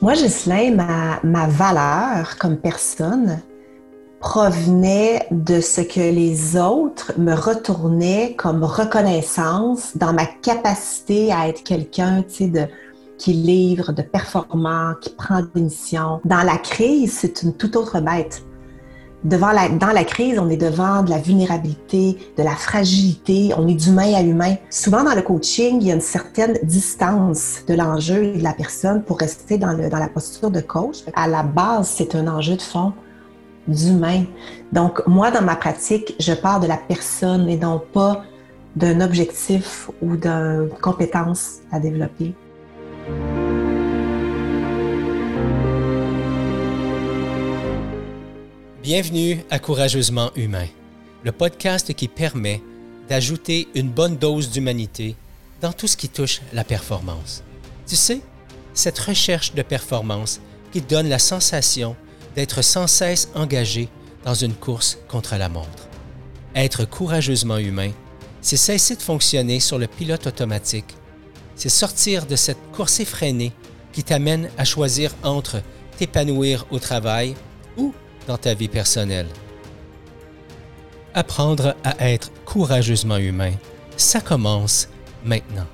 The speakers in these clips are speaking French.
Moi, Ghislain, ma valeur comme personne provenait de ce que les autres me retournaient comme reconnaissance dans ma capacité à être quelqu'un, qui livre, de performant, qui prend des missions. Dans la crise, c'est une toute autre bête. Dans la crise, on est devant de la vulnérabilité, de la fragilité, on est d'humain à humain. Souvent, dans le coaching, il y a une certaine distance de l'enjeu et de la personne pour rester dans la posture de coach. À la base, c'est un enjeu de fond d'humain. Donc, moi, dans ma pratique, je pars de la personne et non pas d'un objectif ou d'une compétence à développer. Bienvenue à Courageusement Humain, le podcast qui permet d'ajouter une bonne dose d'humanité dans tout ce qui touche la performance. Tu sais, cette recherche de performance qui te donne la sensation d'être sans cesse engagé dans une course contre la montre. Être courageusement humain, c'est cesser de fonctionner sur le pilote automatique. C'est sortir de cette course effrénée qui t'amène à choisir entre t'épanouir au travail ou dans ta vie personnelle. Apprendre à être courageusement humain, ça commence maintenant.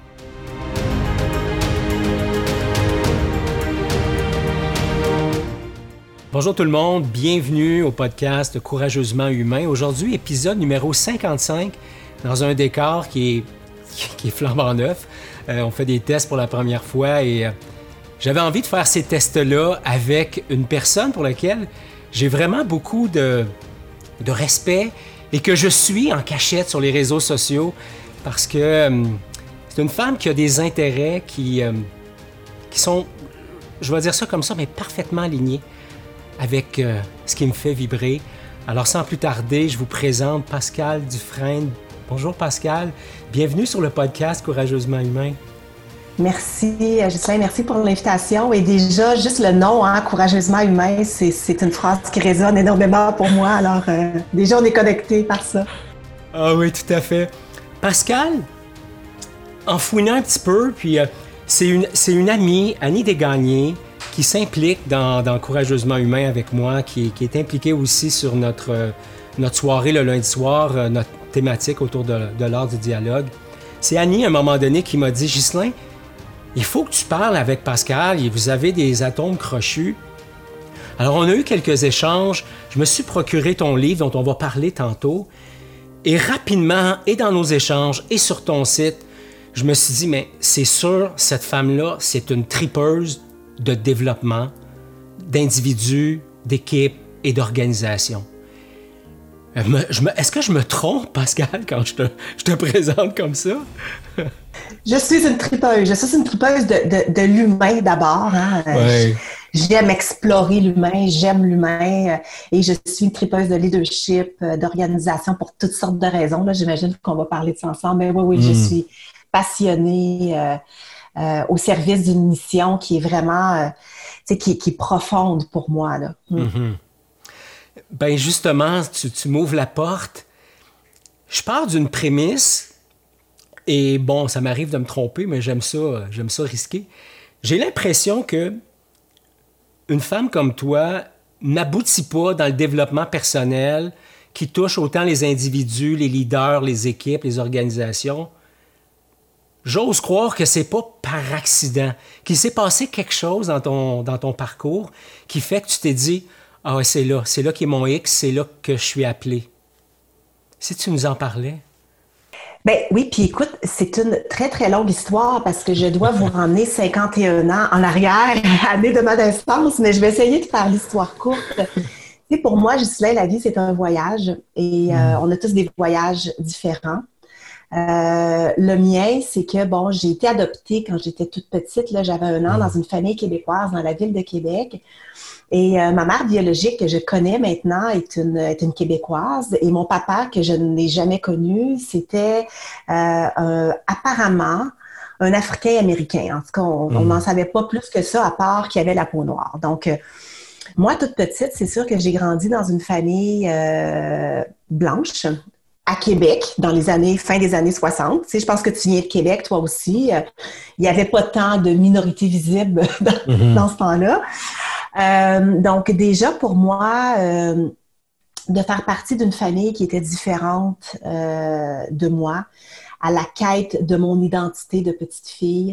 Bonjour tout le monde, bienvenue au podcast Courageusement Humain. Aujourd'hui, épisode numéro 55, dans un décor qui est flambant neuf. On fait des tests pour la première fois et j'avais envie de faire ces tests-là avec une personne pour laquelle j'ai vraiment beaucoup de respect et que je suis en cachette sur les réseaux sociaux parce que c'est une femme qui a des intérêts qui sont, je vais dire ça comme ça, mais parfaitement alignés avec ce qui me fait vibrer. Alors sans plus tarder, je vous présente Pascale Dufresne. Bonjour Pascale, bienvenue sur le podcast Courageusement Humain. Merci, Ghislain, merci pour l'invitation. Et déjà, juste le nom, Courageusement Humain, c'est une phrase qui résonne énormément pour moi. Alors, déjà, on est connectés par ça. Ah oui, tout à fait. Pascale, en fouinant un petit peu, puis c'est une amie, Annie Desgagnés, qui s'implique dans Courageusement Humain avec moi, qui est impliquée aussi sur notre soirée le lundi soir, notre thématique autour de l'art du dialogue. C'est Annie, à un moment donné, qui m'a dit « Ghislain, il faut que tu parles avec Pascale, et vous avez des atomes crochus. » Alors, on a eu quelques échanges. Je me suis procuré ton livre dont on va parler tantôt. Et rapidement, et dans nos échanges, et sur ton site, je me suis dit, mais c'est sûr, cette femme-là, c'est une tripeuse de développement, d'individus, d'équipes et d'organisations. Est-ce que je me trompe, Pascale, quand je te présente comme ça? Je suis une tripeuse. Je suis une tripeuse de l'humain d'abord. Ouais. J'aime explorer l'humain, j'aime l'humain et je suis une tripeuse de leadership, d'organisation pour toutes sortes de raisons. Là, j'imagine qu'on va parler de ça ensemble. Mais oui, je suis passionnée au service d'une mission qui est vraiment, qui est profonde pour moi. Là. Mm-hmm. Ben justement, tu m'ouvres la porte. Je pars d'une prémisse, et bon, ça m'arrive de me tromper, mais j'aime ça risquer. J'ai l'impression que une femme comme toi n'aboutit pas dans le développement personnel qui touche autant les individus, les leaders, les équipes, les organisations. J'ose croire que c'est pas par accident, qu'il s'est passé quelque chose dans ton parcours qui fait que tu t'es dit « Ah, c'est là qui est mon X, c'est là que je suis appelé. » Si tu nous en parlais. Ben oui, puis écoute, c'est une très, très longue histoire parce que je dois vous ramener 51 ans en arrière, année de ma naissance, mais je vais essayer de faire l'histoire courte. Tu sais, pour moi, Ghislain, la vie, c'est un voyage et on a tous des voyages différents. Le mien, c'est que, bon, j'ai été adoptée quand j'étais toute petite, là, j'avais 1 an dans une famille québécoise dans la ville de Québec. Et ma mère biologique que je connais maintenant est une Québécoise et mon papa que je n'ai jamais connu, c'était apparemment un Africain-Américain. En tout cas, on n'en savait pas plus que ça à part qu'il avait la peau noire. Donc, moi, toute petite, c'est sûr que j'ai grandi dans une famille blanche, à Québec, dans les fin des années 60. Tu sais, je pense que tu viens de Québec, toi aussi. Il n'y avait pas tant de minorités visibles dans ce temps-là. Donc, déjà, pour moi, de faire partie d'une famille qui était différente de moi, à la quête de mon identité de petite fille.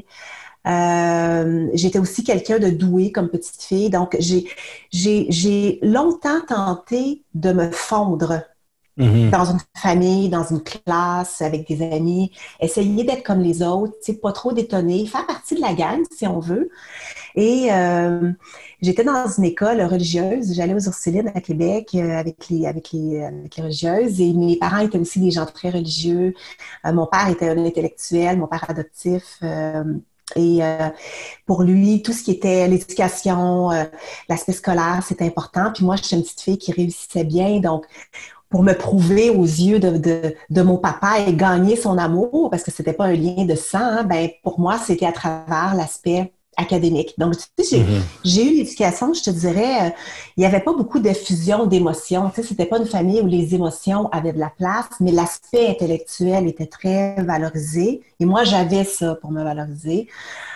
J'étais aussi quelqu'un de doué comme petite fille, donc j'ai longtemps tenté de me fondre dans une famille, dans une classe, avec des amis, essayer d'être comme les autres, tu sais, pas trop détonner, faire partie de la gang, si on veut. Et j'étais dans une école religieuse, j'allais aux Ursulines à Québec avec les religieuses, et mes parents étaient aussi des gens très religieux. Mon père était un intellectuel, mon père adoptif. Et pour lui, tout ce qui était l'éducation, l'aspect scolaire, c'était important. Puis moi, j'étais une petite fille qui réussissait bien, donc pour me prouver aux yeux de mon papa et gagner son amour, parce que c'était pas un lien de sang, hein, ben pour moi, c'était à travers l'aspect académique. Donc, tu sais, j'ai eu l'éducation, je te dirais, il n'y avait pas beaucoup d'effusion d'émotions. Tu sais, c'était pas une famille où les émotions avaient de la place, mais l'aspect intellectuel était très valorisé. Et moi, j'avais ça pour me valoriser.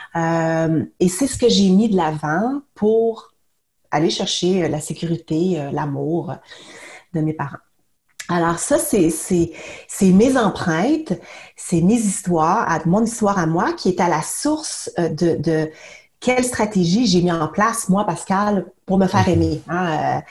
Et c'est ce que j'ai mis de l'avant pour aller chercher la sécurité, l'amour de mes parents. Alors ça, c'est mes empreintes, c'est mes histoires, mon histoire à moi qui est à la source de quelle stratégie j'ai mis en place, moi, Pascal, pour me faire aimer, hein,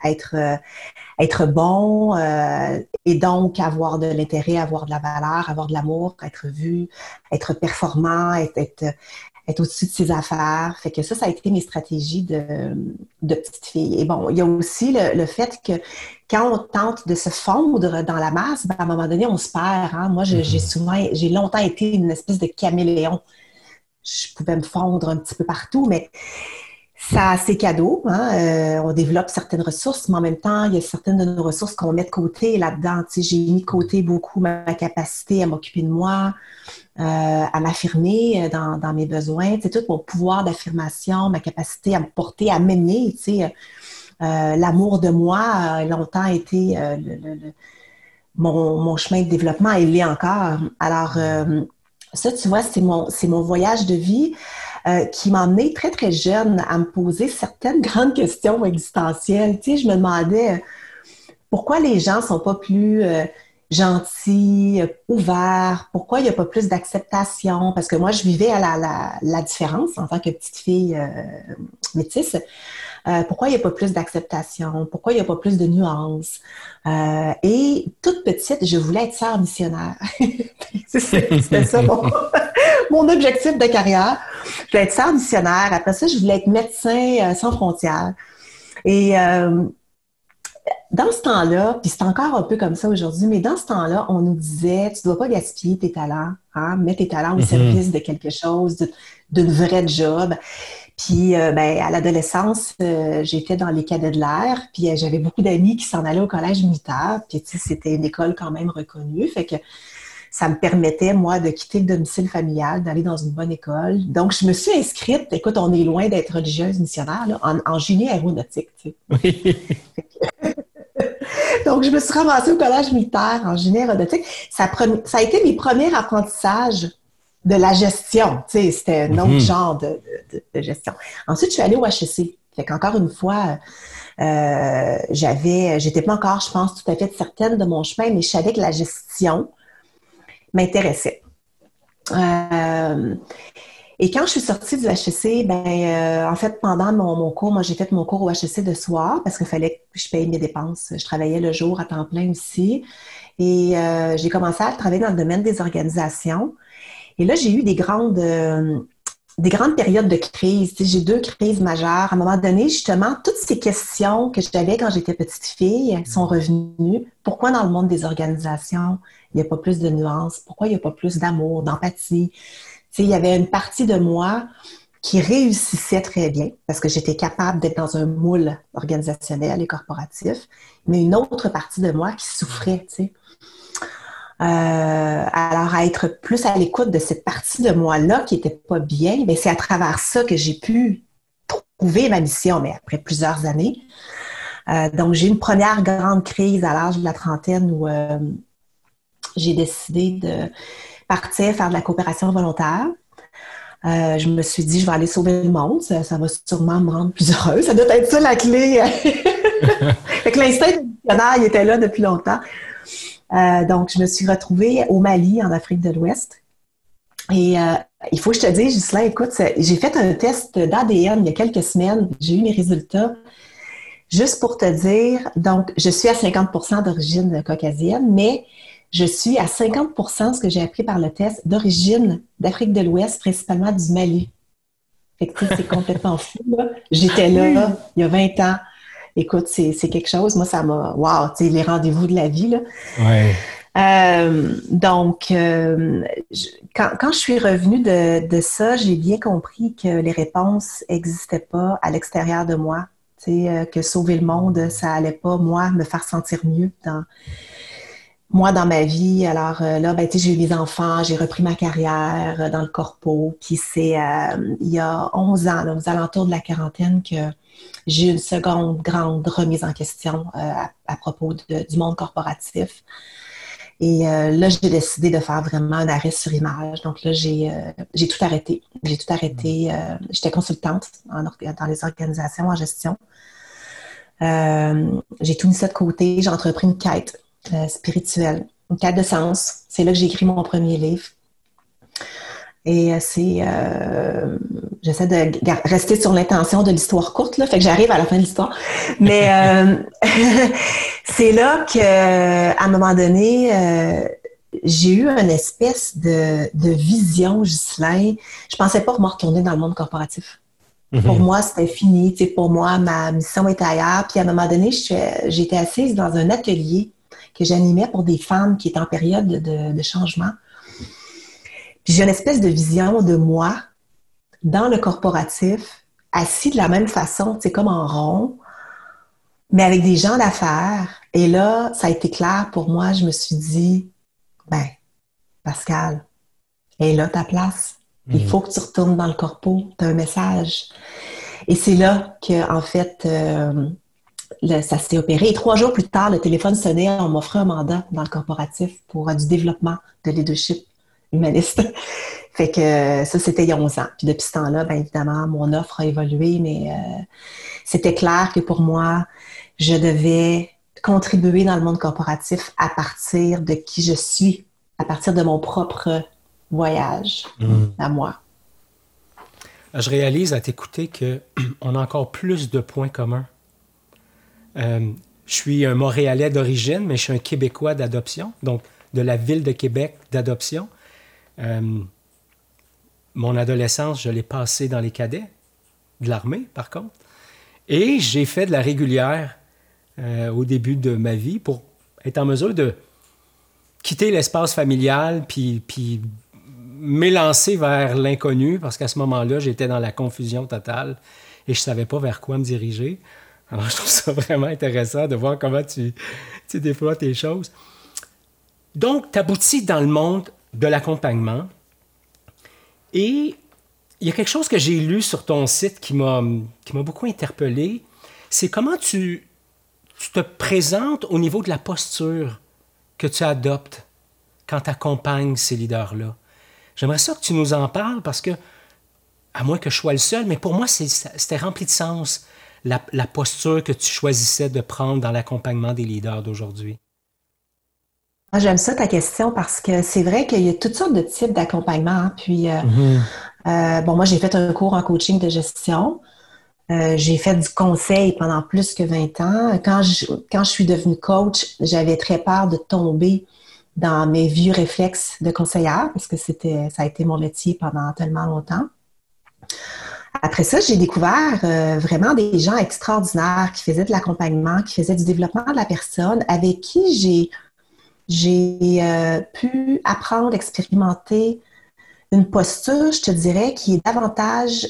être bon et donc avoir de l'intérêt, avoir de la valeur, avoir de l'amour, être vu, être performant, être au-dessus de ses affaires. Fait que ça a été mes stratégies de petite fille. Et bon, il y a aussi le fait que quand on tente de se fondre dans la masse, ben, à un moment donné, on se perd. Hein? Moi, j'ai longtemps été une espèce de caméléon. Je pouvais me fondre un petit peu partout, mais ça a ses cadeaux. Hein? On développe certaines ressources, mais en même temps, il y a certaines de nos ressources qu'on met de côté là-dedans. Tu sais, j'ai mis de côté beaucoup ma capacité à m'occuper de moi, à m'affirmer dans mes besoins, tu sais, tout mon pouvoir d'affirmation, ma capacité à me porter, à m'aimer, tu sais, l'amour de moi a longtemps été mon chemin de développement et l'est encore. Alors, ça, tu vois, c'est mon voyage de vie qui m'a emmené très, très jeune à me poser certaines grandes questions existentielles. Tu sais, je me demandais pourquoi les gens sont pas plus gentils, ouverts, pourquoi il n'y a pas plus d'acceptation? Parce que moi, je vivais à la différence en tant que petite fille métisse. Pourquoi il n'y a pas plus d'acceptation? Pourquoi il n'y a pas plus de nuances? Et toute petite, je voulais être sœur missionnaire. C'était ça mon objectif de carrière. Je voulais être sœur missionnaire. Après ça, je voulais être médecin sans frontières. Et dans ce temps-là, puis c'est encore un peu comme ça aujourd'hui, mais dans ce temps-là, on nous disait, tu ne dois pas gaspiller tes talents, hein? Mets tes talents au service de quelque chose, d'une vraie job. Puis, ben, à l'adolescence, j'étais dans les cadets de l'air, puis j'avais beaucoup d'amis qui s'en allaient au collège militaire, puis tu sais, c'était une école quand même reconnue, fait que ça me permettait, moi, de quitter le domicile familial, d'aller dans une bonne école. Donc, je me suis inscrite, écoute, on est loin d'être religieuse missionnaire, là, en génie aéronautique, tu sais. Oui. Donc, je me suis ramassée au collège militaire en génie aéronautique. Ça a été mes premiers apprentissages de la gestion. Tu sais, c'était un autre genre de gestion. Ensuite, je suis allée au HEC. Fait qu'encore une fois, j'étais pas encore, je pense, tout à fait certaine de mon chemin, mais je savais que la gestion m'intéressait. Et quand je suis sortie du HEC, en fait, pendant mon cours, moi, j'ai fait mon cours au HEC de soir parce qu'il fallait que je paye mes dépenses. Je travaillais le jour à temps plein aussi. Et j'ai commencé à travailler dans le domaine des organisations. Et là, j'ai eu des grandes périodes de crise. Tu sais, j'ai 2 crises majeures. À un moment donné, justement, toutes ces questions que j'avais quand j'étais petite fille sont revenues. Pourquoi dans le monde des organisations, il n'y a pas plus de nuances? Pourquoi il n'y a pas plus d'amour, d'empathie? Tu sais, il y avait une partie de moi qui réussissait très bien parce que j'étais capable d'être dans un moule organisationnel et corporatif, mais une autre partie de moi qui souffrait, tu sais. Alors, à être plus à l'écoute de cette partie de moi-là qui n'était pas bien, bien, c'est à travers ça que j'ai pu trouver ma mission, mais après plusieurs années. Donc, j'ai eu une première grande crise à l'âge de la trentaine où j'ai décidé de partir faire de la coopération volontaire. Je me suis dit, je vais aller sauver le monde. Ça va sûrement me rendre plus heureuse. Ça doit être ça la clé. Fait que l'instinct de missionnaire, il était là depuis longtemps. Donc, je me suis retrouvée au Mali, en Afrique de l'Ouest. Et il faut que je te dise, Ghislain, écoute, j'ai fait un test d'ADN il y a quelques semaines. J'ai eu mes résultats. Juste pour te dire, donc, je suis à 50% d'origine caucasienne, mais je suis à 50%, ce que j'ai appris par le test, d'origine d'Afrique de l'Ouest, principalement du Mali. Fait que c'est complètement fou, là. J'étais là il y a 20 ans. Écoute, c'est quelque chose. Moi, ça m'a... Wow, tu sais, les rendez-vous de la vie, là. Ouais. Quand je suis revenue de ça, j'ai bien compris que les réponses n'existaient pas à l'extérieur de moi. Tu sais, que sauver le monde, ça allait pas, moi, me faire sentir mieux dans ma vie. Alors là, ben, tu sais, j'ai eu des enfants, j'ai repris ma carrière dans le corpo. Puis c'est il y a 11 ans, là, aux alentours de la quarantaine, que j'ai eu une seconde grande remise en question à propos du monde corporatif. Et là, j'ai décidé de faire vraiment un arrêt sur image. Donc là, j'ai tout arrêté. J'ai tout arrêté. J'étais consultante dans les organisations en gestion. J'ai tout mis ça de côté. J'ai entrepris une quête spirituelle, une quête de sens. C'est là que j'ai écrit mon premier livre. Et j'essaie de rester sur l'intention de l'histoire courte, là, fait que j'arrive à la fin de l'histoire. Mais c'est là qu'à un moment donné, j'ai eu une espèce de vision, Ghislain. Je pensais pas me retourner dans le monde corporatif. Pour moi, c'était fini. Tu sais, pour moi, ma mission était ailleurs. Puis à un moment donné, j'étais assise dans un atelier que j'animais pour des femmes qui étaient en période de changement. Puis j'ai une espèce de vision de moi dans le corporatif, assis de la même façon, tu sais, comme en rond, mais avec des gens d'affaires. Et là, ça a été clair pour moi. Je me suis dit, ben, Pascal, est là ta place. Il faut que tu retournes dans le corpo. Tu as un message. Et c'est là que, en fait, ça s'est opéré. Et 3 jours plus tard, le téléphone sonnait. On m'offrait un mandat dans le corporatif pour du développement de leadership humaniste. Fait que ça, c'était il y a 11 ans. Puis depuis ce temps-là, bien évidemment, mon offre a évolué, mais c'était clair que pour moi, je devais contribuer dans le monde corporatif à partir de qui je suis, à partir de mon propre voyage à moi. Je réalise à t'écouter qu'on a encore plus de points communs. Je suis un Montréalais d'origine, mais je suis un Québécois d'adoption, donc de la ville de Québec d'adoption. Mon adolescence, je l'ai passée dans les cadets de l'armée, par contre. Et j'ai fait de la régulière au début de ma vie pour être en mesure de quitter l'espace familial puis m'élancer vers l'inconnu, parce qu'à ce moment-là, j'étais dans la confusion totale et je ne savais pas vers quoi me diriger. Alors, je trouve ça vraiment intéressant de voir comment tu déploies tes choses. Donc, tu aboutis dans le monde de l'accompagnement. Et il y a quelque chose que j'ai lu sur ton site qui m'a beaucoup interpellé. C'est comment tu te présentes au niveau de la posture que tu adoptes quand tu accompagnes ces leaders-là. J'aimerais ça que tu nous en parles parce que, à moins que je sois le seul, mais pour moi, c'était rempli de sens, la posture que tu choisissais de prendre dans l'accompagnement des leaders d'aujourd'hui. J'aime ça ta question parce que c'est vrai qu'il y a toutes sortes de types d'accompagnement. Hein. Puis, moi, j'ai fait un cours en coaching de gestion. J'ai fait du conseil pendant plus que 20 ans. Quand je suis devenue coach, j'avais très peur de tomber dans mes vieux réflexes de conseillère parce que ça a été mon métier pendant tellement longtemps. Après ça, j'ai découvert vraiment des gens extraordinaires qui faisaient de l'accompagnement, qui faisaient du développement de la personne, avec qui j'ai pu apprendre, expérimenter une posture, je te dirais, qui est davantage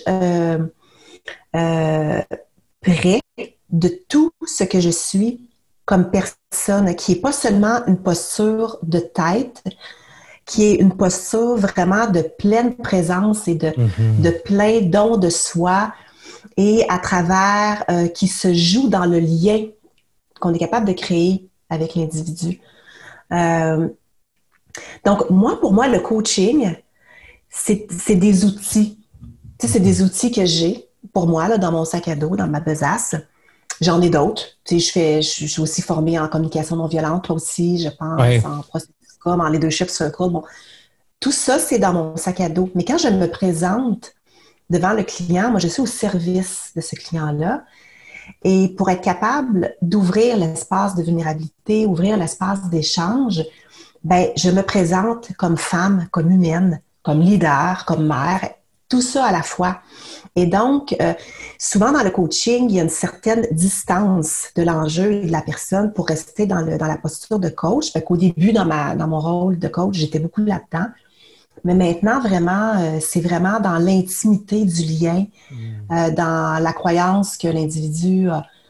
près de tout ce que je suis comme personne, qui n'est pas seulement une posture de tête, qui est une posture vraiment de pleine présence et de plein don de soi et à travers qui se joue dans le lien qu'on est capable de créer avec l'individu. Donc, pour moi, le coaching, c'est des outils. Tu sais, c'est des outils que j'ai pour moi, là, dans mon sac à dos, dans ma besace. J'en ai d'autres. Tu sais, je suis aussi formée en communication non violente, toi aussi, je pense, Ouais. en processus comme en leadership circle. Bon, tout ça, c'est dans mon sac à dos. Mais quand je me présente devant le client, moi, je suis au service de ce client-là. Et pour être capable d'ouvrir l'espace de vulnérabilité, ouvrir l'espace d'échange, ben, je me présente comme femme, comme humaine, comme leader, comme mère, tout ça à la fois. Et donc, souvent dans le coaching, il y a une certaine distance de l'enjeu et de la personne pour rester dans la posture de coach. Fait qu'au début, dans mon rôle de coach, j'étais beaucoup là-dedans. Mais maintenant, vraiment, c'est vraiment dans l'intimité du lien, dans la croyance que l'individu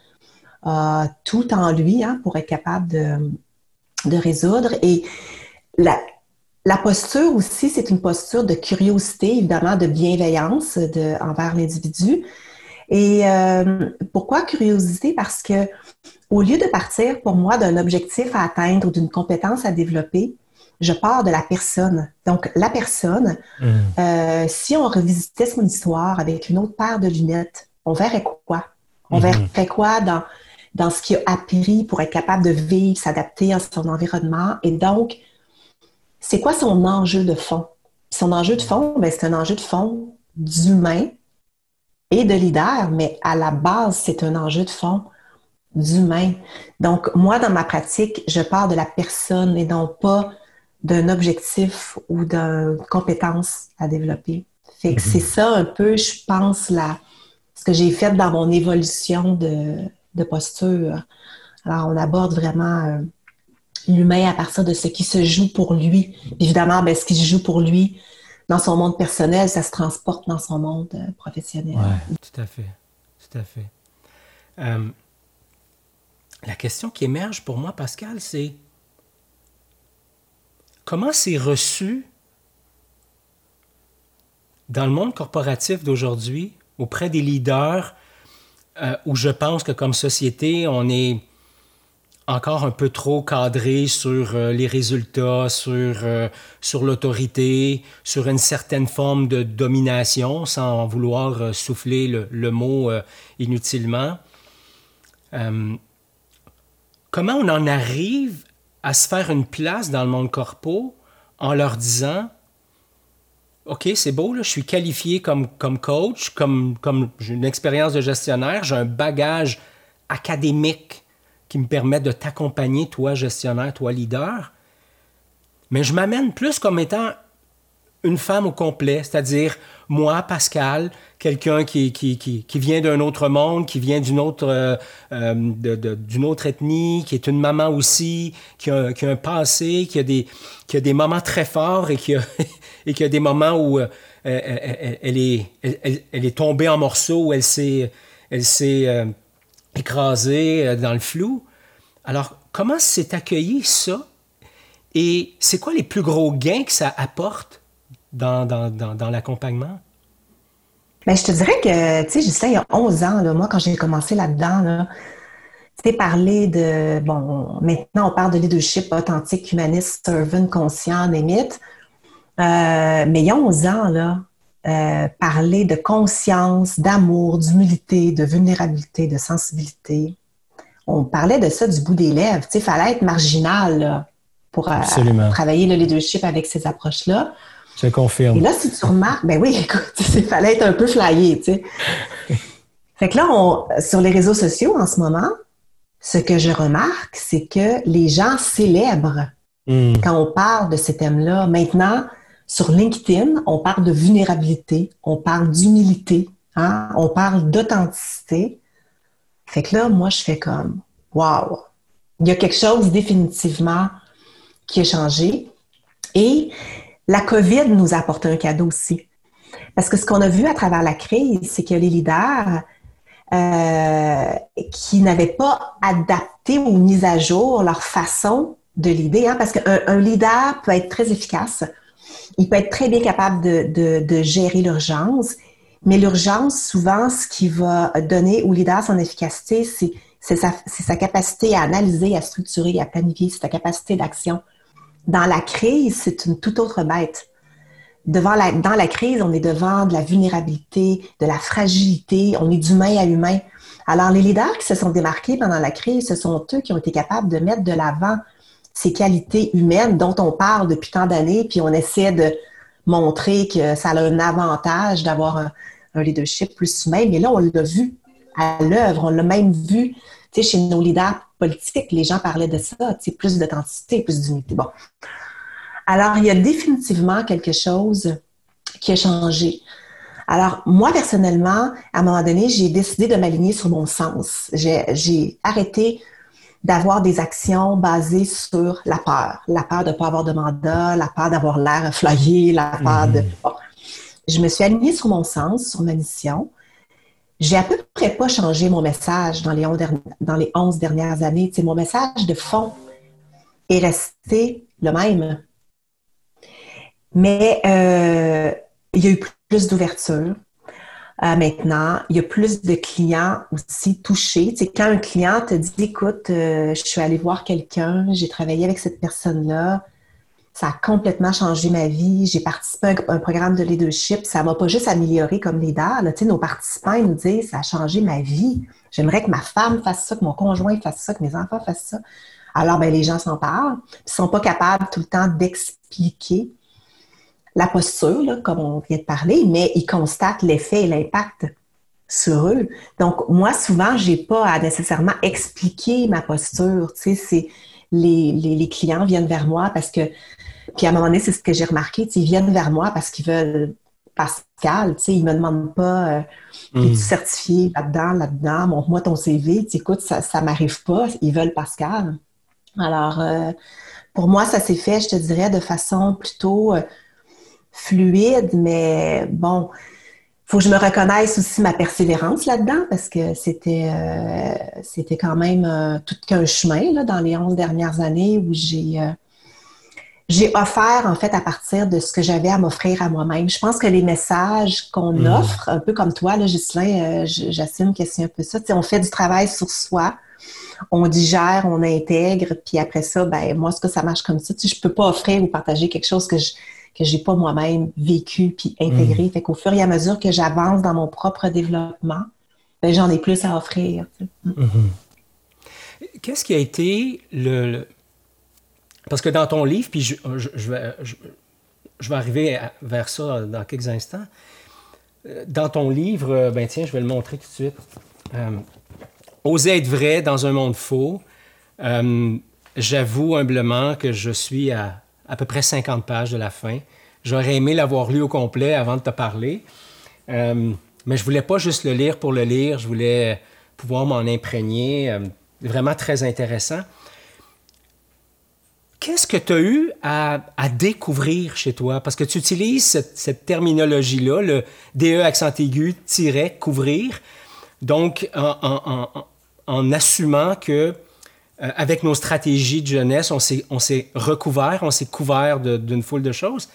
a tout en lui, hein, pour être capable de résoudre. Et la, la posture aussi, c'est une posture de curiosité, évidemment, de bienveillance envers l'individu. Et pourquoi curiosité? Parce que au lieu de partir pour moi d'un objectif à atteindre ou d'une compétence à développer, je pars de la personne. Donc, la personne, si on revisitait son histoire avec une autre paire de lunettes, on verrait quoi? On verrait quoi dans ce qu'il a appris pour être capable de vivre, s'adapter à son environnement? Et donc, c'est quoi son enjeu de fond? Son enjeu de fond, ben, c'est un enjeu de fond d'humain et de leader, mais à la base, c'est un enjeu de fond d'humain. Donc, moi, dans ma pratique, je pars de la personne et non pas d'un objectif ou d'une compétence à développer. Fait que c'est ça un peu, je pense, ce que j'ai fait dans mon évolution de posture. Alors, on aborde vraiment l'humain à partir de ce qui se joue pour lui. Évidemment, ben, ce qui se joue pour lui dans son monde personnel, ça se transporte dans son monde professionnel. Ouais, tout à fait. Tout à fait. La question qui émerge pour moi, Pascal, c'est comment c'est reçu dans le monde corporatif d'aujourd'hui, auprès des leaders, où je pense que comme société, on est encore un peu trop cadré sur les résultats, sur l'autorité, sur une certaine forme de domination, sans vouloir souffler le mot inutilement. Comment on en arrive à se faire une place dans le monde corpo en leur disant « OK, c'est beau, là, je suis qualifié comme coach, comme j'ai une expérience de gestionnaire, j'ai un bagage académique qui me permet de t'accompagner, toi gestionnaire, toi leader, mais je m'amène plus comme étant une femme au complet, c'est-à-dire moi, Pascal, quelqu'un qui vient d'un autre monde, qui vient d'une autre ethnie, qui est une maman aussi, qui a un passé, qui a des moments très forts et qui a des moments où elle est tombée en morceaux, où elle s'est écrasée dans le flou. Alors, comment s'est accueilli ça? Et c'est quoi les plus gros gains que ça apporte dans l'accompagnement? Ben, je te dirais que, tu sais, Justin, il y a 11 ans, là, moi, quand j'ai commencé là-dedans, là, tu sais, maintenant, on parle de leadership authentique, humaniste, servant, conscient, limite. Mais il y a 11 ans, là, parler de conscience, d'amour, d'humilité, de vulnérabilité, de sensibilité, on parlait de ça du bout des lèvres. Tu sais, il fallait être marginal, là, pour travailler le leadership avec ces approches-là. Je confirme. Et là, si tu remarques, ben oui, écoute, il fallait être un peu flyé, tu sais. Fait que là, sur les réseaux sociaux en ce moment, ce que je remarque, c'est que les gens célèbrent quand on parle de ces thèmes-là. Maintenant, sur LinkedIn, on parle de vulnérabilité, on parle d'humilité, hein, on parle d'authenticité. Fait que là, moi, je fais comme, wow, il y a quelque chose définitivement qui a changé. Et la COVID nous a apporté un cadeau aussi. Parce que ce qu'on a vu à travers la crise, c'est que les leaders qui n'avaient pas adapté ou mis à jour leur façon de leader, hein, parce qu'un leader peut être très efficace, il peut être très bien capable de gérer l'urgence, mais l'urgence, souvent, ce qui va donner au leader son efficacité, c'est sa capacité à analyser, à structurer, à planifier, c'est sa capacité d'action. dans la crise, c'est une toute autre bête. Dans la crise, on est devant de la vulnérabilité, de la fragilité, on est d'humain à humain. Alors, les leaders qui se sont démarqués pendant la crise, ce sont eux qui ont été capables de mettre de l'avant ces qualités humaines dont on parle depuis tant d'années, puis on essaie de montrer que ça a un avantage d'avoir un leadership plus humain. Mais là, on l'a vu à l'œuvre, on l'a même vu, tu sais, chez nos leaders politiques, les gens parlaient de ça, tu sais, plus d'authenticité, plus d'unité. Bon. Alors, il y a définitivement quelque chose qui a changé. Alors, moi, personnellement, à un moment donné, j'ai décidé de m'aligner sur mon sens. J'ai arrêté d'avoir des actions basées sur la peur. La peur de ne pas avoir de mandat, la peur d'avoir l'air flyé, la peur de... Bon. Je me suis alignée sur mon sens, sur ma mission. J'ai à peu près pas changé mon message dans les 11 dernières années. Tu sais, mon message de fond est resté le même. Mais il y a eu plus d'ouverture. Maintenant, il y a plus de clients aussi touchés. Tu sais, quand un client te dit, écoute, je suis allé voir quelqu'un, j'ai travaillé avec cette personne-là, ça a complètement changé ma vie. J'ai participé à un programme de leadership. Ça m'a pas juste amélioré comme leader. Là. Tu sais, nos participants, ils nous disent, ça a changé ma vie. J'aimerais que ma femme fasse ça, que mon conjoint fasse ça, que mes enfants fassent ça. Alors, ben, les gens s'en parlent. Ils sont pas capables tout le temps d'expliquer la posture, là, comme on vient de parler, mais ils constatent l'effet et l'impact sur eux. Donc, moi, souvent, j'ai pas à nécessairement expliquer ma posture. Tu sais, c'est les clients viennent vers moi parce que, puis à un moment donné, c'est ce que j'ai remarqué, ils viennent vers moi parce qu'ils veulent Pascal, tu sais, ils me demandent pas es-tu certifié là-dedans, montre-moi ton CV, écoute, ça m'arrive pas, ils veulent Pascal. Alors, pour moi, ça s'est fait, je te dirais, de façon plutôt fluide, mais bon, faut que je me reconnaisse aussi ma persévérance là-dedans parce que c'était quand même tout qu'un chemin là, dans les 11 dernières années où j'ai offert en fait à partir de ce que j'avais à m'offrir à moi-même. Je pense que les messages qu'on offre, un peu comme toi, là, Ghislain, j'assume que c'est un peu ça. Tu sais, on fait du travail sur soi, on digère, on intègre, puis après ça, ben moi, est-ce que ça marche comme ça? Tu sais, je peux pas offrir ou partager quelque chose que j'ai pas moi-même vécu puis intégré. Fait qu'au fur et à mesure que j'avance dans mon propre développement, ben j'en ai plus à offrir. Tu sais. Qu'est-ce qui a été Parce que dans ton livre, puis je vais arriver vers ça dans quelques instants, dans ton livre, ben tiens, je vais le montrer tout de suite. Oser être vrai dans un monde faux. J'avoue humblement que je suis à peu près 50 pages de la fin. J'aurais aimé l'avoir lu au complet avant de te parler. Mais je voulais pas juste le lire pour le lire. Je voulais pouvoir m'en imprégner. Vraiment très intéressant. Qu'est-ce que tu as eu à découvrir chez toi? Parce que tu utilises cette terminologie-là, le DE accent aigu, tiret, couvrir. Donc, en assumant que avec nos stratégies de jeunesse, on s'est recouvert, on s'est couvert d'une foule de choses.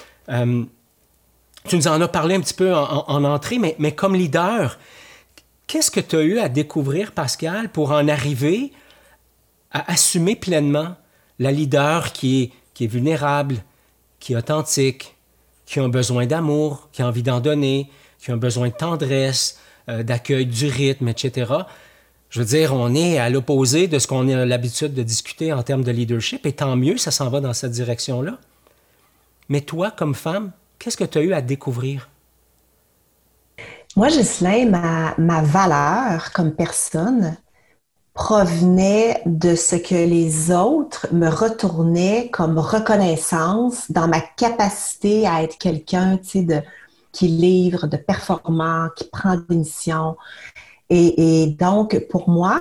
Tu nous en as parlé un petit peu en entrée, mais comme leader, qu'est-ce que tu as eu à découvrir, Pascal, pour en arriver à assumer pleinement la leader qui est vulnérable, qui est authentique, qui a un besoin d'amour, qui a envie d'en donner, qui a un besoin de tendresse, d'accueil du rythme, etc. Je veux dire, on est à l'opposé de ce qu'on a l'habitude de discuter en termes de leadership, et tant mieux, ça s'en va dans cette direction-là. Mais toi, comme femme, qu'est-ce que tu as eu à découvrir? Moi, Ghislain, ma valeur comme personne provenait de ce que les autres me retournaient comme reconnaissance dans ma capacité à être quelqu'un, tu sais, qui livre, de performant, qui prend des missions. Et donc, pour moi,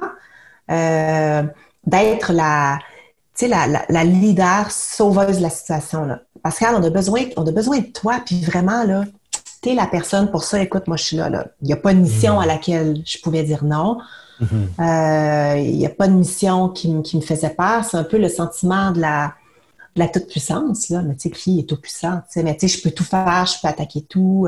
d'être la leader sauveuse de la situation, là. Pascal, on a besoin de toi, puis vraiment, là, t'es la personne pour ça. Écoute, moi, je suis là, là. Il n'y a pas de mission à laquelle je pouvais dire non. Il n'y a pas de mission qui me faisait peur. C'est un peu le sentiment de la toute-puissance, là. Mais tu sais, qui est tout-puissant? Mais tu sais, je peux tout faire, je peux attaquer tout.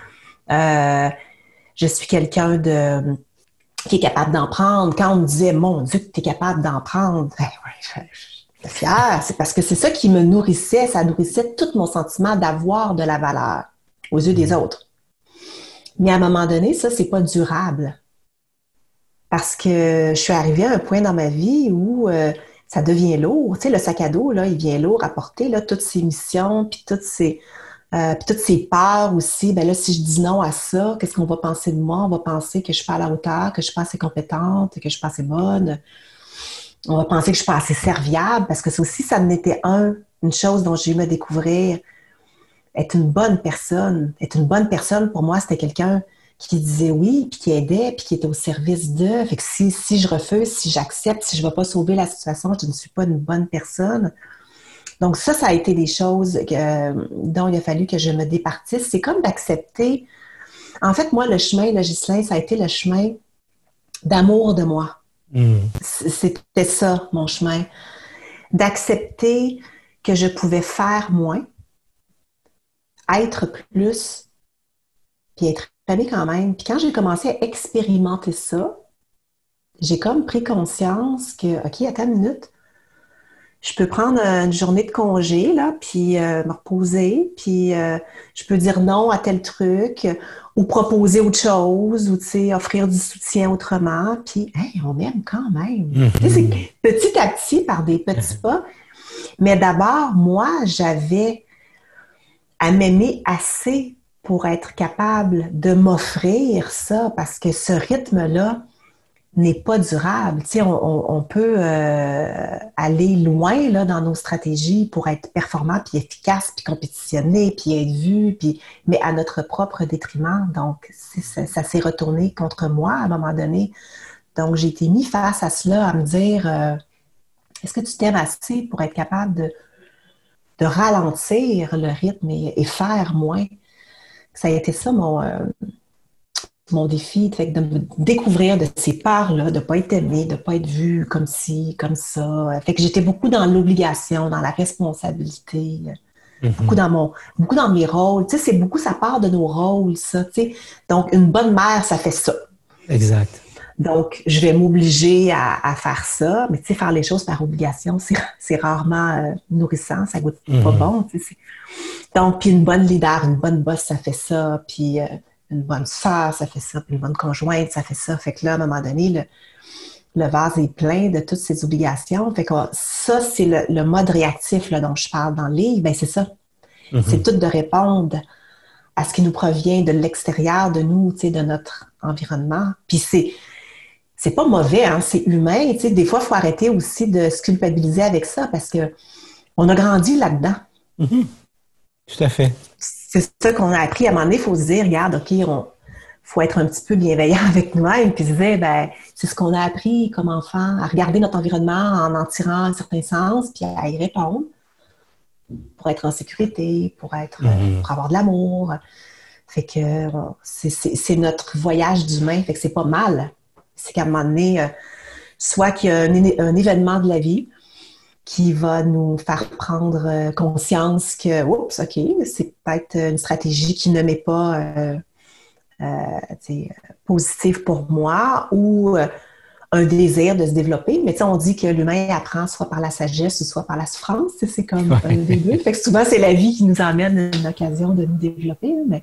Je suis quelqu'un qui est capable d'en prendre. Quand on me disait, mon Dieu, que tu es capable d'en prendre, ben, ouais, Fière, c'est parce que c'est ça qui me nourrissait, ça nourrissait tout mon sentiment d'avoir de la valeur aux yeux des autres. Mais à un moment donné, ça, c'est pas durable. Parce que je suis arrivée à un point dans ma vie où ça devient lourd. Tu sais, le sac à dos, là, il devient lourd à porter, là, toutes ces missions, puis toutes ces peurs aussi. Ben là, si je dis non à ça, qu'est-ce qu'on va penser de moi? On va penser que je suis pas à la hauteur, que je suis pas assez compétente, que je suis pas assez bonne. On va penser que je suis pas assez serviable, parce que ça aussi, ça en était une chose dont j'ai eu à découvrir. Être une bonne personne. Être une bonne personne, pour moi, c'était quelqu'un qui disait oui, puis qui aidait, puis qui était au service d'eux. Fait que si je refuse, si j'accepte, si je ne vais pas sauver la situation, je ne suis pas une bonne personne. Donc ça a été des choses dont il a fallu que je me départisse. C'est comme d'accepter. En fait, moi, le chemin, là, Ghislain, ça a été le chemin d'amour de moi. C'était ça, mon chemin. D'accepter que je pouvais faire moins, être plus, puis être aimée quand même. Puis quand j'ai commencé à expérimenter ça, j'ai comme pris conscience que, OK, attends une minute, je peux prendre une journée de congé, là, puis me reposer, puis je peux dire non à tel truc, ou proposer autre chose, ou, tu sais, offrir du soutien autrement, puis, hey, on m'aime quand même. Tu sais, c'est petit à petit, par des petits pas. Mais d'abord, moi, j'avais à m'aimer assez pour être capable de m'offrir ça, parce que ce rythme-là n'est pas durable. Tu sais, on peut aller loin là, dans nos stratégies pour être performant, puis efficace, puis compétitionner, puis être vu, mais à notre propre détriment. Donc, ça s'est retourné contre moi à un moment donné. Donc, j'ai été mis face à cela, à me dire, est-ce que tu t'aimes assez pour être capable de ralentir le rythme et faire moins? Ça a été ça mon défi, fait que de me découvrir de ces parts-là, de ne pas être aimée, de ne pas être vue comme ci, comme ça. Fait que j'étais beaucoup dans l'obligation, dans la responsabilité, beaucoup dans mes rôles. Tu sais, c'est beaucoup, ça part de nos rôles, ça, tu sais. Donc, une bonne mère, ça fait ça. Exact. Donc, je vais m'obliger à faire ça, mais tu sais, faire les choses par obligation, c'est rarement nourrissant, ça goûte pas bon, tu sais. Donc, puis une bonne leader, une bonne boss, ça fait ça, puis une bonne sœur, ça fait ça, puis une bonne conjointe, ça fait ça. Fait que là, à un moment donné, le vase est plein de toutes ces obligations. Fait que ça, c'est le mode réactif là, dont je parle dans le livre. Ben, c'est ça. C'est tout de répondre à ce qui nous provient de l'extérieur de nous, tu sais, de notre environnement. Puis c'est pas mauvais, hein, c'est humain. Tu sais, des fois, il faut arrêter aussi de se culpabiliser avec ça parce que on a grandi là-dedans. Tout à fait. C'est ça qu'on a appris. À un moment donné, il faut se dire, regarde, OK, faut être un petit peu bienveillant avec nous-mêmes, puis se dire, ben, c'est ce qu'on a appris comme enfant, à regarder notre environnement en tirant un certain sens, puis à y répondre pour être en sécurité, pour avoir de l'amour. Fait que c'est notre voyage d'humain, fait que c'est pas mal. C'est qu'à un moment donné, soit qu'il y a un événement de la vie qui va nous faire prendre conscience que, oups, OK, c'est peut-être une stratégie qui ne m'est pas positive pour moi ou un désir de se développer. Mais on dit que l'humain apprend soit par la sagesse ou soit par la souffrance. C'est comme un des deux. Fait que souvent, c'est la vie qui nous emmène une occasion de nous développer. Mais...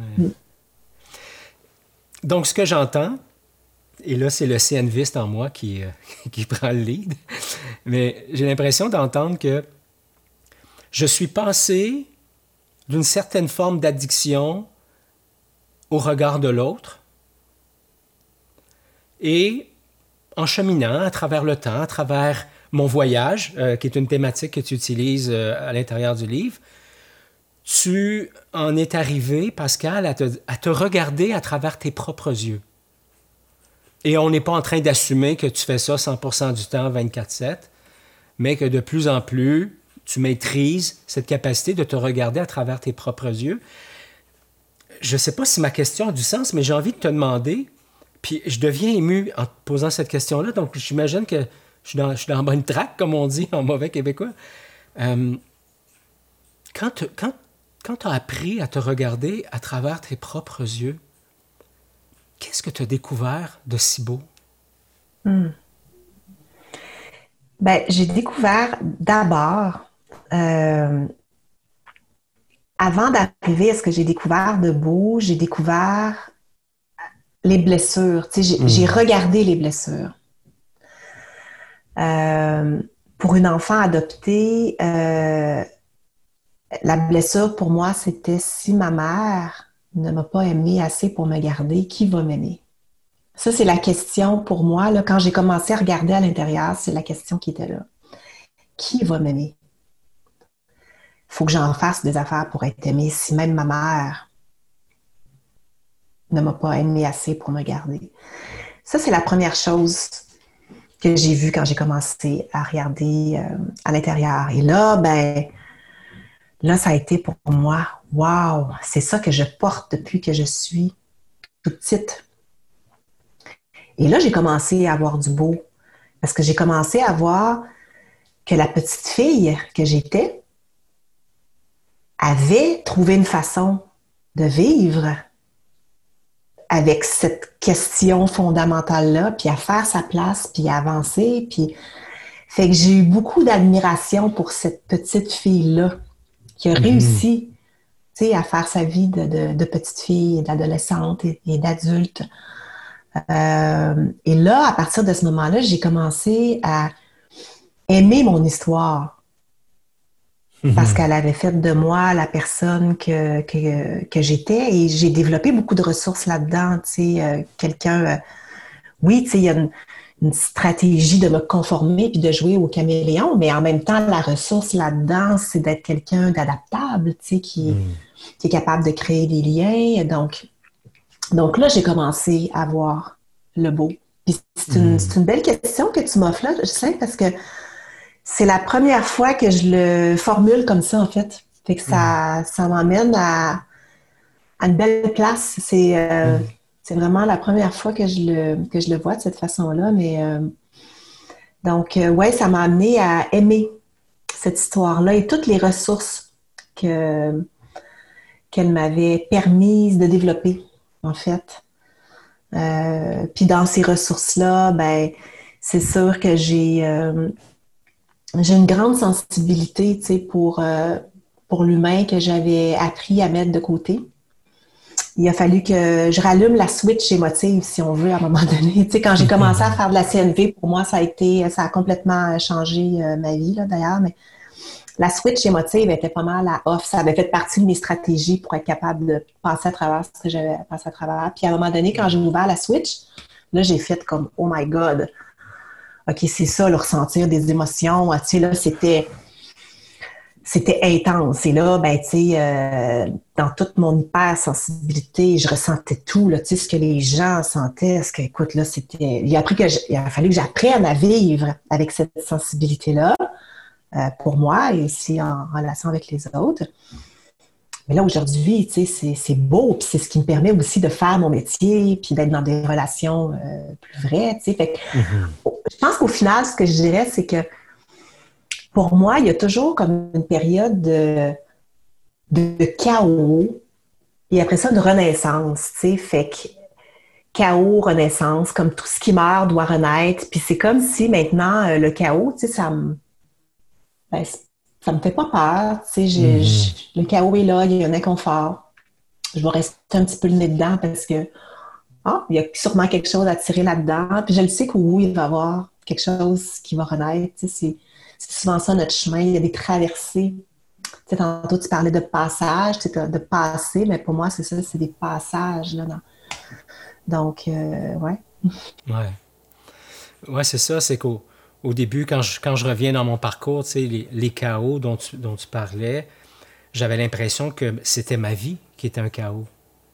Donc, ce que j'entends, et là, c'est le CNViste en moi qui prend le lead. Mais j'ai l'impression d'entendre que je suis passé d'une certaine forme d'addiction au regard de l'autre et en cheminant à travers le temps, à travers mon voyage, qui est une thématique que tu utilises à l'intérieur du livre, tu en es arrivé, Pascal, à te regarder à travers tes propres yeux. Et on n'est pas en train d'assumer que tu fais ça 100% du temps, 24/7, mais que de plus en plus, tu maîtrises cette capacité de te regarder à travers tes propres yeux. Je ne sais pas si ma question a du sens, mais j'ai envie de te demander, puis je deviens ému en te posant cette question-là, donc j'imagine que je suis dans la bonne track, comme on dit en mauvais québécois. Quand tu as appris à te regarder à travers tes propres yeux, qu'est-ce que tu as découvert de si beau? Ben, j'ai découvert d'abord, euh, avant d'arriver à ce que j'ai découvert de beau, j'ai découvert les blessures. Tu sais, j'ai Hmm. regardé les blessures. Euh, pour une enfant adoptée, la blessure pour moi, c'était si ma mère ne m'a pas aimée assez pour me garder, qui va m'aimer? Ça, c'est la question pour moi. Là, quand j'ai commencé à regarder à l'intérieur, c'est la question qui était là. Qui va m'aimer? Il faut que j'en fasse des affaires pour être aimée. Si même ma mère ne m'a pas aimée assez pour me garder. Ça, c'est la première chose que j'ai vue quand j'ai commencé à regarder à l'intérieur. Et là, ben, là, ça a été pour moi, wow, c'est ça que je porte depuis que je suis toute petite. Et là, j'ai commencé à avoir du beau parce que j'ai commencé à voir que la petite fille que j'étais avait trouvé une façon de vivre avec cette question fondamentale-là, puis à faire sa place, puis à avancer, puis fait que j'ai eu beaucoup d'admiration pour cette petite fille-là qui a Mhm. réussi, tu sais, à faire sa vie de petite fille, d'adolescente et d'adulte. Et là, à partir de ce moment-là, j'ai commencé à aimer mon histoire parce Mhm. qu'elle avait fait de moi la personne que j'étais et j'ai développé beaucoup de ressources là-dedans. Tu sais, quelqu'un, oui, tu sais, il y a une stratégie de me conformer puis de jouer au caméléon, mais en même temps, la ressource là-dedans, c'est d'être quelqu'un d'adaptable, tu sais, Mhm. qui est capable de créer des liens. Donc là, j'ai commencé à voir le beau. Puis c'est Mhm. une belle question que tu m'offres là, je sais, parce que c'est la première fois que je le formule comme ça, en fait. Fait que Mhm. ça m'emmène à une belle place. Mhm. C'est vraiment la première fois que je le vois de cette façon-là. Donc, ouais, ça m'a amené à aimer cette histoire-là et toutes les ressources que, qu'elle m'avait permis de développer, en fait. Puis dans ces ressources-là, ben, c'est sûr que j'ai une grande sensibilité, tu sais, pour l'humain que j'avais appris à mettre de côté. Il a fallu que je rallume la switch émotive, si on veut, à un moment donné. Tu sais, quand j'ai commencé à faire de la CNV, pour moi, ça a complètement changé ma vie, là, d'ailleurs. Mais la switch émotive était pas mal à off. Ça avait fait partie de mes stratégies pour être capable de passer à travers ce que j'avais passé à travers. Puis à un moment donné, quand j'ai ouvert la switch, là, j'ai fait comme, oh my God, OK, c'est ça, le ressentir des émotions. Tu sais, là, c'était intense. Et là, ben, tu sais, dans toute mon hypersensibilité, je ressentais tout, là, tu sais, ce que les gens sentaient, ce que, écoute, là, c'était, il a fallu que j'apprenne à vivre avec cette sensibilité-là, pour moi et aussi en relation avec les autres. Mais là, aujourd'hui, tu sais, c'est beau, puis c'est ce qui me permet aussi de faire mon métier, puis d'être dans des relations plus vraies, tu sais. Fait que, Mhm. je pense qu'au final, ce que je dirais, c'est que pour moi, il y a toujours comme une période de chaos et après ça, de renaissance, tu sais. Fait que chaos, renaissance, comme tout ce qui meurt doit renaître. Puis c'est comme si maintenant, le chaos, tu sais, ben, ça me fait pas peur. Tu sais, Mhm. le chaos est là, il y a un inconfort. Je vais rester un petit peu le nez dedans parce que il y a sûrement quelque chose à tirer là-dedans. Puis je le sais que oui, il va y avoir quelque chose qui va renaître. Tu sais, c'est souvent ça notre chemin. Il y a des traversées. Tu sais, tantôt, tu parlais de passage, tu sais, de passer, mais pour moi, c'est ça, c'est des passages. Là, donc, ouais. Ouais. Ouais, c'est ça, c'est qu'au début, quand je reviens dans mon parcours, tu sais, les chaos dont tu parlais, j'avais l'impression que c'était ma vie qui était un chaos.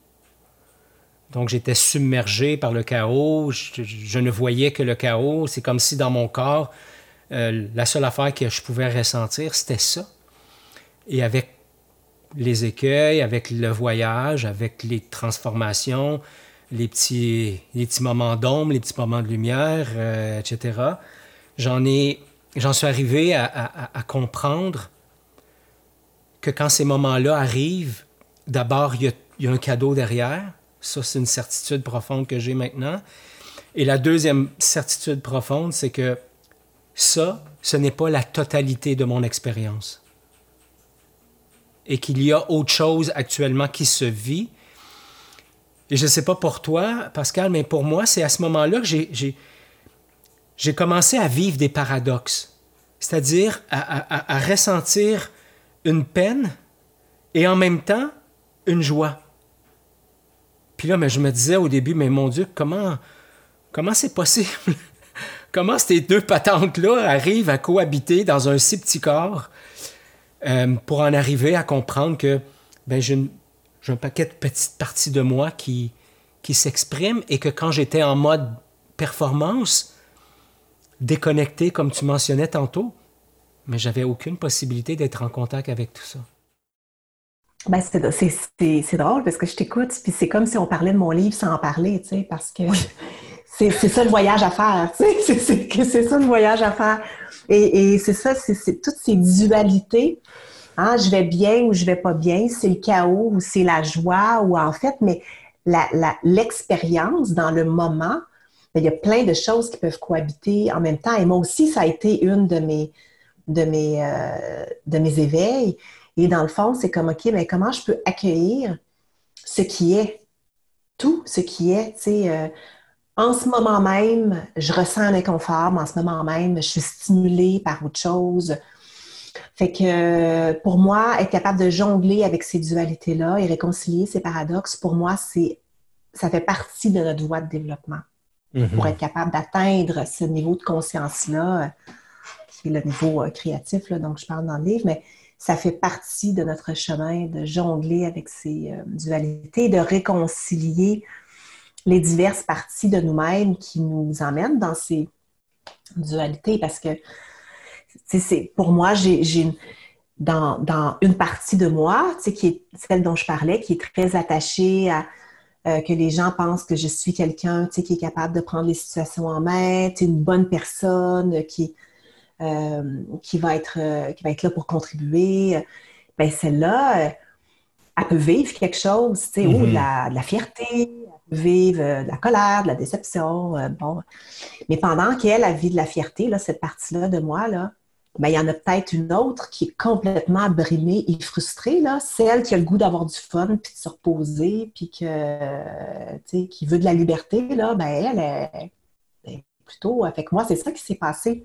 Donc j'étais submergé par le chaos, je ne voyais que le chaos. C'est comme si dans mon corps, la seule affaire que je pouvais ressentir, c'était ça. Et avec les écueils, avec le voyage, avec les transformations, les petits moments d'ombre, les petits moments de lumière, etc., j'en ai, j'en suis arrivé à comprendre que quand ces moments-là arrivent, d'abord, il y a un cadeau derrière. Ça, c'est une certitude profonde que j'ai maintenant. Et la deuxième certitude profonde, c'est que ça, ce n'est pas la totalité de mon expérience. Et qu'il y a autre chose actuellement qui se vit. Et je ne sais pas pour toi, Pascal, mais pour moi, c'est à ce moment-là que j'ai commencé à vivre des paradoxes. C'est-à-dire à ressentir une peine et en même temps une joie. Puis là, mais je me disais au début, mais mon Dieu, comment c'est possible? Comment ces deux patentes-là arrivent à cohabiter dans un si petit corps pour en arriver à comprendre que j'ai un paquet de petites parties de moi qui s'expriment et que quand j'étais en mode performance, déconnecté, comme tu mentionnais tantôt, mais j'avais aucune possibilité d'être en contact avec tout ça. Ben, c'est drôle parce que je t'écoute, puis c'est comme si on parlait de mon livre sans en parler, tu sais, parce que c'est ça le voyage à faire, tu sais, c'est ça le voyage à faire. Et c'est ça, c'est toutes ces dualités, hein, je vais bien ou je vais pas bien, c'est le chaos ou c'est la joie, ou en fait, mais l'expérience dans le moment, ben, il y a plein de choses qui peuvent cohabiter en même temps. Et moi aussi, ça a été une de mes éveils. Et dans le fond, c'est comme, OK, mais comment je peux accueillir ce qui est, tout ce qui est, tu sais, en ce moment même, je ressens un inconfort, mais en ce moment même, je suis stimulée par autre chose. Fait que pour moi, être capable de jongler avec ces dualités-là et réconcilier ces paradoxes, pour moi, ça fait partie de notre voie de développement. Pour être capable d'atteindre ce niveau de conscience-là, qui est le niveau créatif, là, dont je parle dans le livre, mais ça fait partie de notre chemin de jongler avec ces dualités, de réconcilier les diverses parties de nous-mêmes qui nous emmènent dans ces dualités. Parce que, pour moi, j'ai dans une partie de moi, qui est celle dont je parlais, qui est très attachée à que les gens pensent que je suis quelqu'un qui est capable de prendre les situations en main, une bonne personne qui va être là pour contribuer. Ben celle-là, elle peut vivre quelque chose, ou de la fierté, elle peut vivre de la colère, de la déception. Bon. Mais pendant qu'elle vit de la fierté, là, cette partie-là de moi, là, ben, il y en a peut-être une autre qui est complètement brimée et frustrée, là, celle qui a le goût d'avoir du fun, puis de se reposer, puis qui veut de la liberté, là, ben, elle est plutôt... Fait que moi, c'est ça qui s'est passé.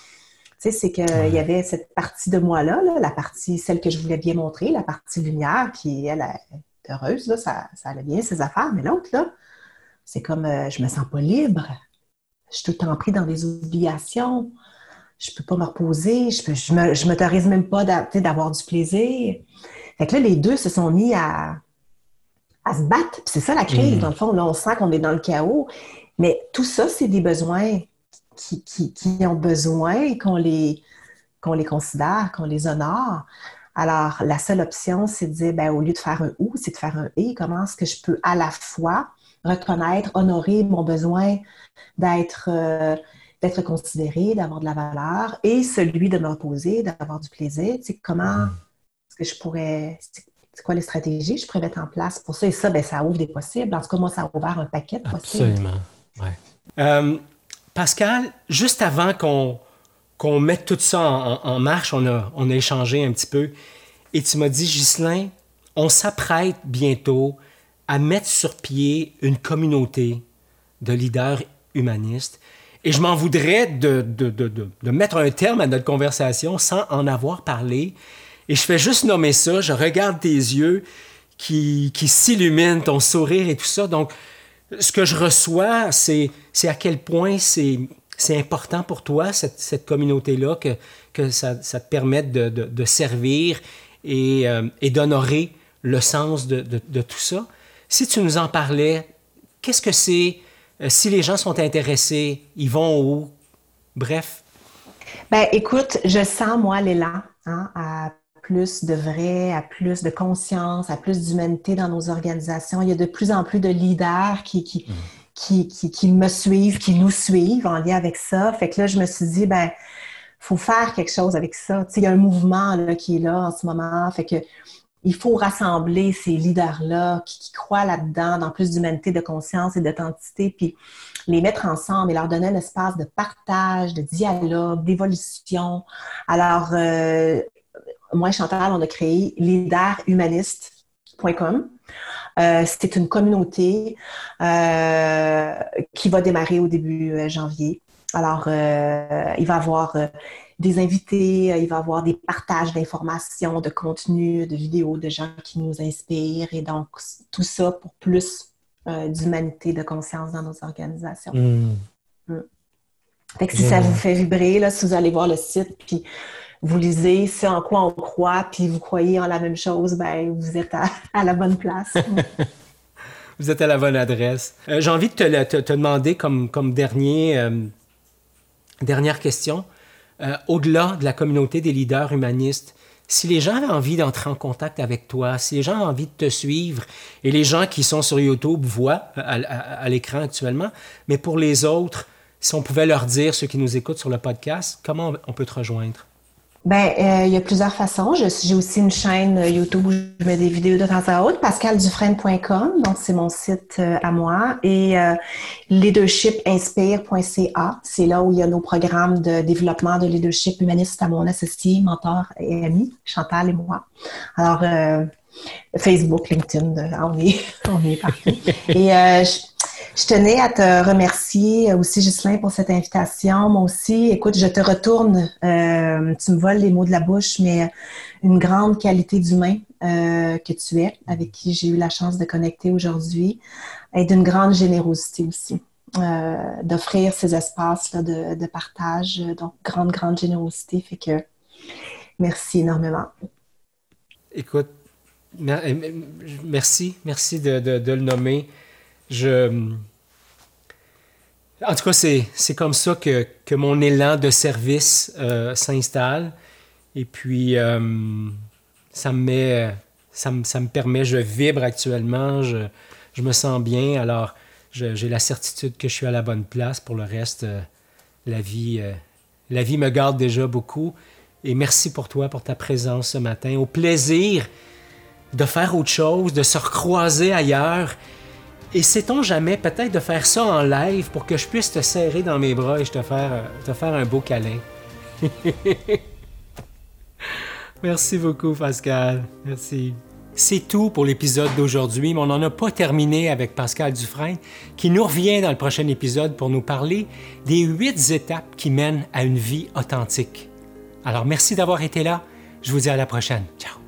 C'est qu'il y avait cette partie de moi-là, la partie, celle que je voulais bien montrer, la partie lumière, qui, elle, est heureuse, là, ça allait bien, ses affaires, mais l'autre, là, c'est comme, je me sens pas libre, je suis tout le temps pris dans des obligations, je peux pas me reposer, je m'autorise même pas d'avoir du plaisir. Fait que là, les deux se sont mis à se battre, puis c'est ça la crise, dans le fond, là, on sent qu'on est dans le chaos, mais tout ça, c'est des besoins qui ont besoin qu'on les considère, qu'on les honore. Alors, la seule option, c'est de dire, ben, au lieu de faire un « ou », c'est de faire un « et ». Comment est-ce que je peux à la fois reconnaître, honorer mon besoin d'être considéré, d'avoir de la valeur, et celui de me reposer, d'avoir du plaisir. Comment est-ce que je pourrais... C'est quoi les stratégies que je pourrais mettre en place pour ça? Et ça, ben, ça ouvre des possibles. En tout cas, moi, ça a ouvert un paquet de possibles. Absolument, oui. Pascal, juste avant qu'on mette tout ça en marche, on a échangé un petit peu, et tu m'as dit, Ghislain, on s'apprête bientôt à mettre sur pied une communauté de leaders humanistes, et je m'en voudrais de mettre un terme à notre conversation sans en avoir parlé, et je fais juste nommer ça, je regarde tes yeux qui s'illuminent, ton sourire et tout ça, donc ce que je reçois, c'est à quel point c'est important pour toi, cette communauté-là, que ça te permette de servir et d'honorer le sens de tout ça. Si tu nous en parlais, qu'est-ce que c'est? Si les gens sont intéressés, ils vont où? Bref. Ben, écoute, je sens, moi, l'élan à plus de vrai, à plus de conscience, à plus d'humanité dans nos organisations. Il y a de plus en plus de leaders qui me suivent, qui nous suivent en lien avec ça. Fait que là, je me suis dit, ben, faut faire quelque chose avec ça. Tu sais, il y a un mouvement là, qui est là en ce moment. Fait que il faut rassembler ces leaders-là qui croient là-dedans, dans plus d'humanité, de conscience et d'authenticité, puis les mettre ensemble et leur donner un espace de partage, de dialogue, d'évolution. Alors, moi et Chantal, on a créé leaderhumaniste.com. C'est une communauté qui va démarrer au début janvier. Alors, il va y avoir des invités, il va y avoir des partages d'informations, de contenus, de vidéos, de gens qui nous inspirent. Et donc, tout ça pour plus d'humanité, de conscience dans nos organisations. Fait que si ça vous fait vibrer, là, si vous allez voir le site, puis vous lisez ce en quoi on croit, puis vous croyez en la même chose, ben vous êtes à la bonne place. Vous êtes à la bonne adresse. J'ai envie de te demander comme dernière question, au-delà de la communauté des leaders humanistes, si les gens avaient envie d'entrer en contact avec toi, si les gens ont envie de te suivre, et les gens qui sont sur YouTube voient à l'écran actuellement, mais pour les autres, si on pouvait leur dire, ceux qui nous écoutent sur le podcast, comment on peut te rejoindre? Ben, il y a plusieurs façons. J'ai aussi une chaîne YouTube où je mets des vidéos de temps à autre, pascaldufresne.com, donc c'est mon site à moi, et leadershipinspire.ca, c'est là où il y a nos programmes de développement de leadership humaniste à mon associé, mentor et ami, Chantal et moi. Alors, Facebook, LinkedIn, on est partout. Et je tenais à te remercier aussi, Ghislain, pour cette invitation. Moi aussi, écoute, je te retourne, tu me voles les mots de la bouche, mais une grande qualité d'humain que tu es, avec qui j'ai eu la chance de connecter aujourd'hui, et d'une grande générosité aussi, d'offrir ces espaces-là de partage, donc grande générosité, fait que merci énormément. Écoute, merci de le nommer. En tout cas, c'est comme ça que mon élan de service s'installe. Et puis, ça me permet, je vibre actuellement, je me sens bien. Alors, j'ai la certitude que je suis à la bonne place. Pour le reste, la vie me garde déjà beaucoup. Et merci pour toi, pour ta présence ce matin. Au plaisir de faire autre chose, de se recroiser ailleurs. Et sait-on jamais, peut-être de faire ça en live pour que je puisse te serrer dans mes bras et te faire un beau câlin. Merci beaucoup, Pascal. Merci. C'est tout pour l'épisode d'aujourd'hui, mais on n'en a pas terminé avec Pascal Dufresne, qui nous revient dans le prochain épisode pour nous parler des 8 étapes qui mènent à une vie authentique. Alors, merci d'avoir été là. Je vous dis à la prochaine. Ciao.